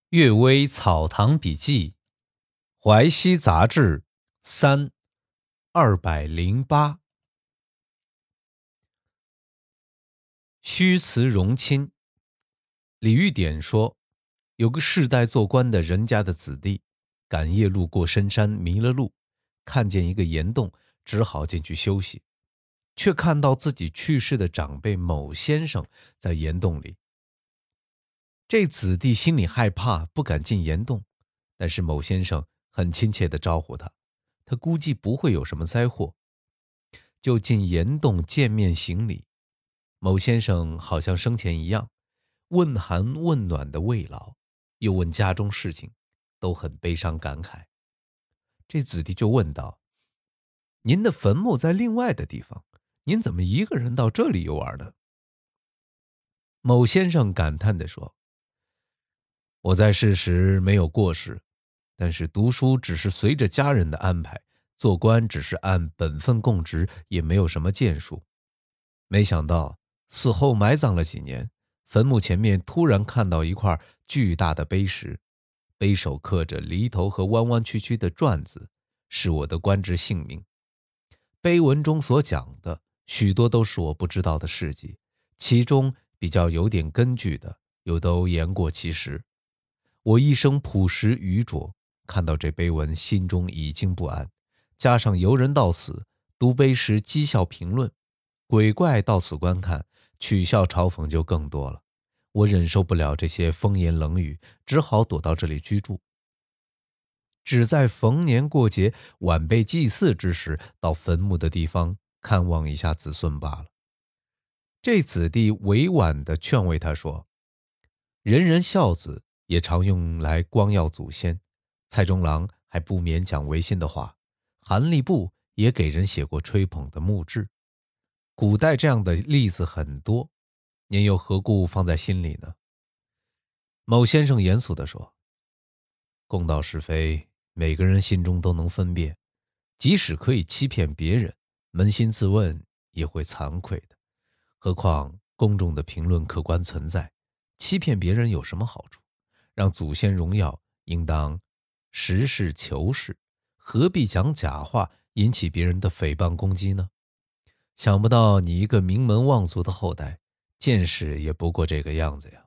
阅微草堂笔记，淮西杂志3 208。虚词容亲。李玉典说，有个世代做官的人家的子弟，赶夜路过深山，迷了路，看见一个岩洞，只好进去休息，却看到自己去世的长辈某先生在岩洞里。这子弟心里害怕，不敢进岩洞，但是某先生很亲切地招呼他，他估计不会有什么灾祸，就进岩洞见面行礼。某先生好像生前一样，问寒问暖的慰劳，又问家中事情，都很悲伤感慨。这子弟就问道：您的坟墓在另外的地方，您怎么一个人到这里游玩呢？某先生感叹地说：我在世时没有过失，但是读书只是随着家人的安排，做官只是按本分供职，也没有什么建树。没想到死后埋葬了几年，坟墓前面突然看到一块巨大的碑石，碑首刻着犁头和弯弯曲曲的篆字，是我的官职姓名。碑文中所讲的许多都是我不知道的事迹，其中比较有点根据的，又都言过其实。我一生朴实愚拙，看到这碑文，心中已经不安，加上游人到此，读碑时讥笑评论，鬼怪到此观看，取笑嘲讽就更多了。我忍受不了这些风言冷语，只好躲到这里居住。只在逢年过节、晚辈祭祀之时，到坟墓的地方看望一下子孙罢了。这子弟委婉地劝慰他说：人人孝子，也常用来光耀祖先。蔡中郎还不免讲违心的话，韩立布也给人写过吹捧的墓志。古代这样的例子很多，您又何故放在心里呢？某先生严肃地说：公道是非，每个人心中都能分辨，即使可以欺骗别人，扪心自问也会惭愧的。何况公众的评论客观存在，欺骗别人有什么好处？让祖先荣耀，应当实事求是，何必讲假话，引起别人的诽谤攻击呢？想不到你一个名门望族的后代，见识也不过这个样子呀。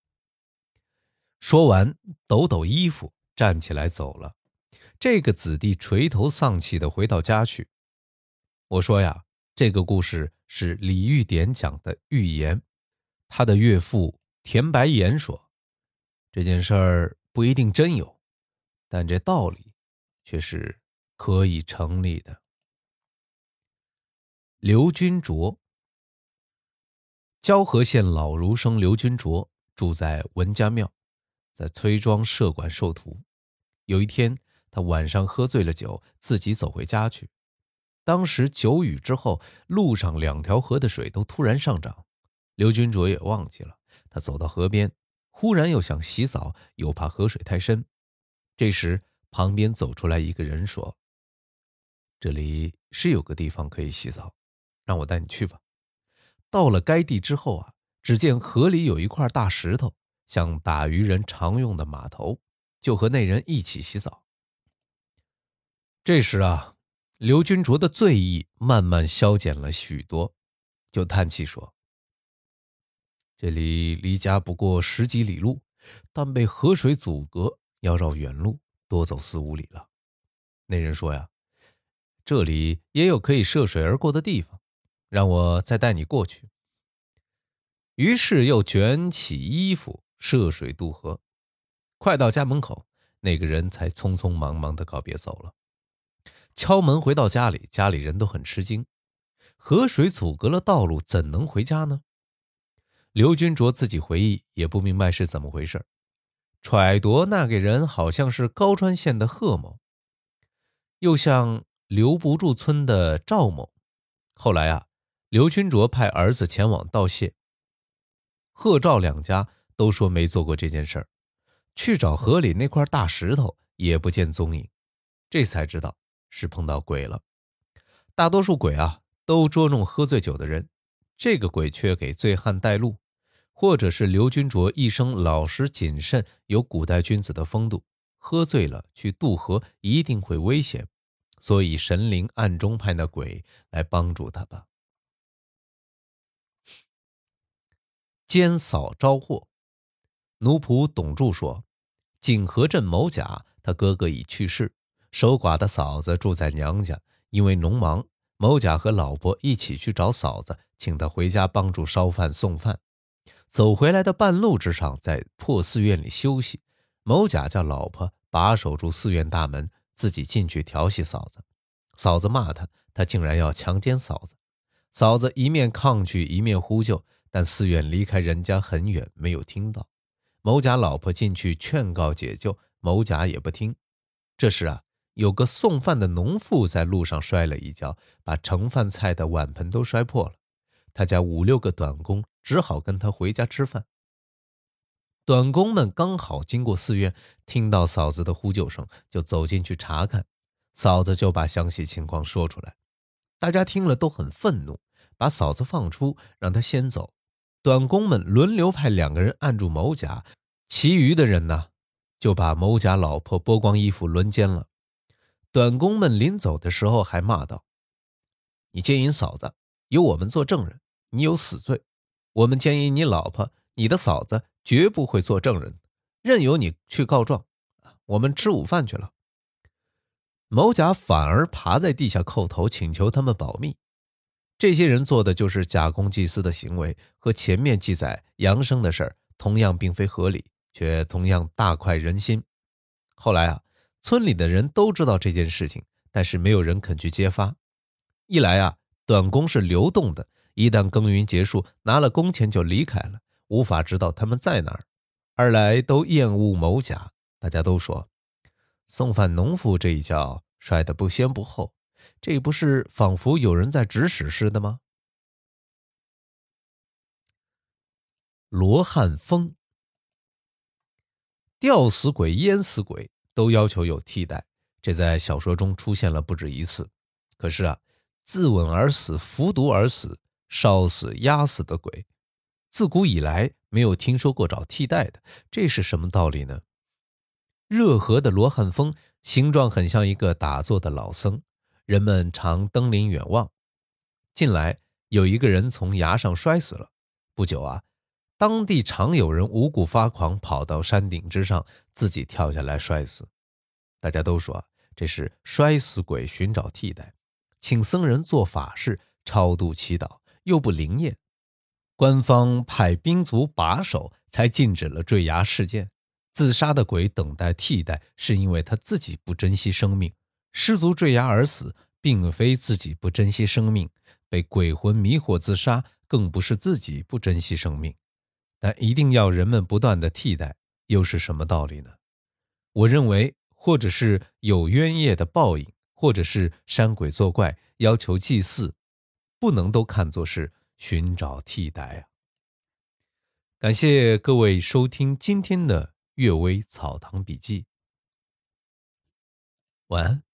说完，抖抖衣服，站起来走了。这个子弟垂头丧气地回到家去。我说呀，这个故事是李玉典讲的寓言。他的岳父田白岩说，这件事儿不一定真有，但这道理却是可以成立的。刘君卓。蛟河县老儒生刘君卓住在文家庙，在崔庄设馆授徒。有一天，他晚上喝醉了酒，自己走回家去。当时久雨之后，路上2条河的水都突然上涨，刘君卓也忘记了。他走到河边，忽然又想洗澡，又怕河水太深。这时旁边走出来一个人说：这里是有个地方可以洗澡，让我带你去吧。到了该地之后啊，只见河里有一块大石头，像打渔人常用的码头，就和那人一起洗澡。这时啊，刘君卓的醉意慢慢消减了许多，就叹气说：这里离家不过10几里路，但被河水阻隔，要绕远路，多走4、5里了。那人说呀，这里也有可以涉水而过的地方，让我再带你过去。于是又卷起衣服涉水渡河。快到家门口，那个人才匆匆忙忙地告别走了。敲门回到家里，家里人都很吃惊，河水阻隔了道路，怎能回家呢？刘君卓自己回忆也不明白是怎么回事，揣度那个人好像是高川县的贺某，又像留不住村的赵某。后来啊，刘君卓派儿子前往道谢，贺赵2家都说没做过这件事儿，去找河里那块大石头也不见踪影，这才知道是碰到鬼了。大多数鬼啊都捉弄喝醉酒的人，这个鬼却给醉汉带路， 或者是刘君卓一生老实谨慎，有古代君子的风度，喝醉了去渡河一定会危险，所以神灵暗中派那鬼来帮助他吧。监嫂招祸。奴仆董柱说，景和镇某甲他哥哥已去世，守寡的嫂子住在娘家，因为农忙，某甲和老婆一起去找嫂子，请她回家帮助烧饭送饭。走回来的半路之上，在破寺院里休息，某甲叫老婆把守住寺院大门，自己进去调戏嫂子。嫂子骂他，他竟然要强奸嫂子。嫂子一面抗拒一面呼救，但寺院离开人家很远，没有听到。某甲老婆进去劝告解救，某甲也不听。这时有个送饭的农妇在路上摔了一跤，把盛饭菜的碗盆都摔破了。他家5、6个短工只好跟他回家吃饭。短工们刚好经过寺院，听到嫂子的呼救声，就走进去查看。嫂子就把详细情况说出来。大家听了都很愤怒，把嫂子放出，让她先走。短工们轮流派2个人按住某甲，其余的人呢，就把某甲老婆剥光衣服轮奸了。短工们临走的时候还骂道：你奸淫嫂子，由我们做证人，你有死罪；我们奸淫你老婆，你的嫂子绝不会做证人，任由你去告状。我们吃午饭去了。某甲反而爬在地下叩头，请求他们保密。这些人做的就是假公济私的行为，和前面记载杨生的事儿同样并非合理，却同样大快人心。后来村里的人都知道这件事情，但是没有人肯去揭发。一来短工是流动的，一旦耕耘结束，拿了工钱就离开了，无法知道他们在哪儿。二来都厌恶某甲，大家都说送饭农妇这一跤摔得不先不后，这不是仿佛有人在指使似的吗？罗汉风。吊死鬼淹死鬼都要求有替代，这在小说中出现了不止一次。可是自刎而死、服毒而死、烧死、压死的鬼，自古以来没有听说过找替代的，这是什么道理呢？热河的罗汉峰形状很像一个打坐的老僧，人们常登临远望。近来有一个人从崖上摔死了，不久当地常有人无故发狂，跑到山顶之上，自己跳下来摔死。大家都说这是摔死鬼寻找替代，请僧人做法事超度祈祷，又不灵验。官方派兵卒把守，才禁止了坠崖事件。自杀的鬼等待替代，是因为他自己不珍惜生命。失足坠崖而死，并非自己不珍惜生命，被鬼魂迷惑自杀，更不是自己不珍惜生命。但一定要人们不断的替代，又是什么道理呢？我认为，或者是有冤业的报应，或者是山鬼作怪，要求祭祀，不能都看作是寻找替代感谢各位收听今天的阅微草堂笔记，晚安。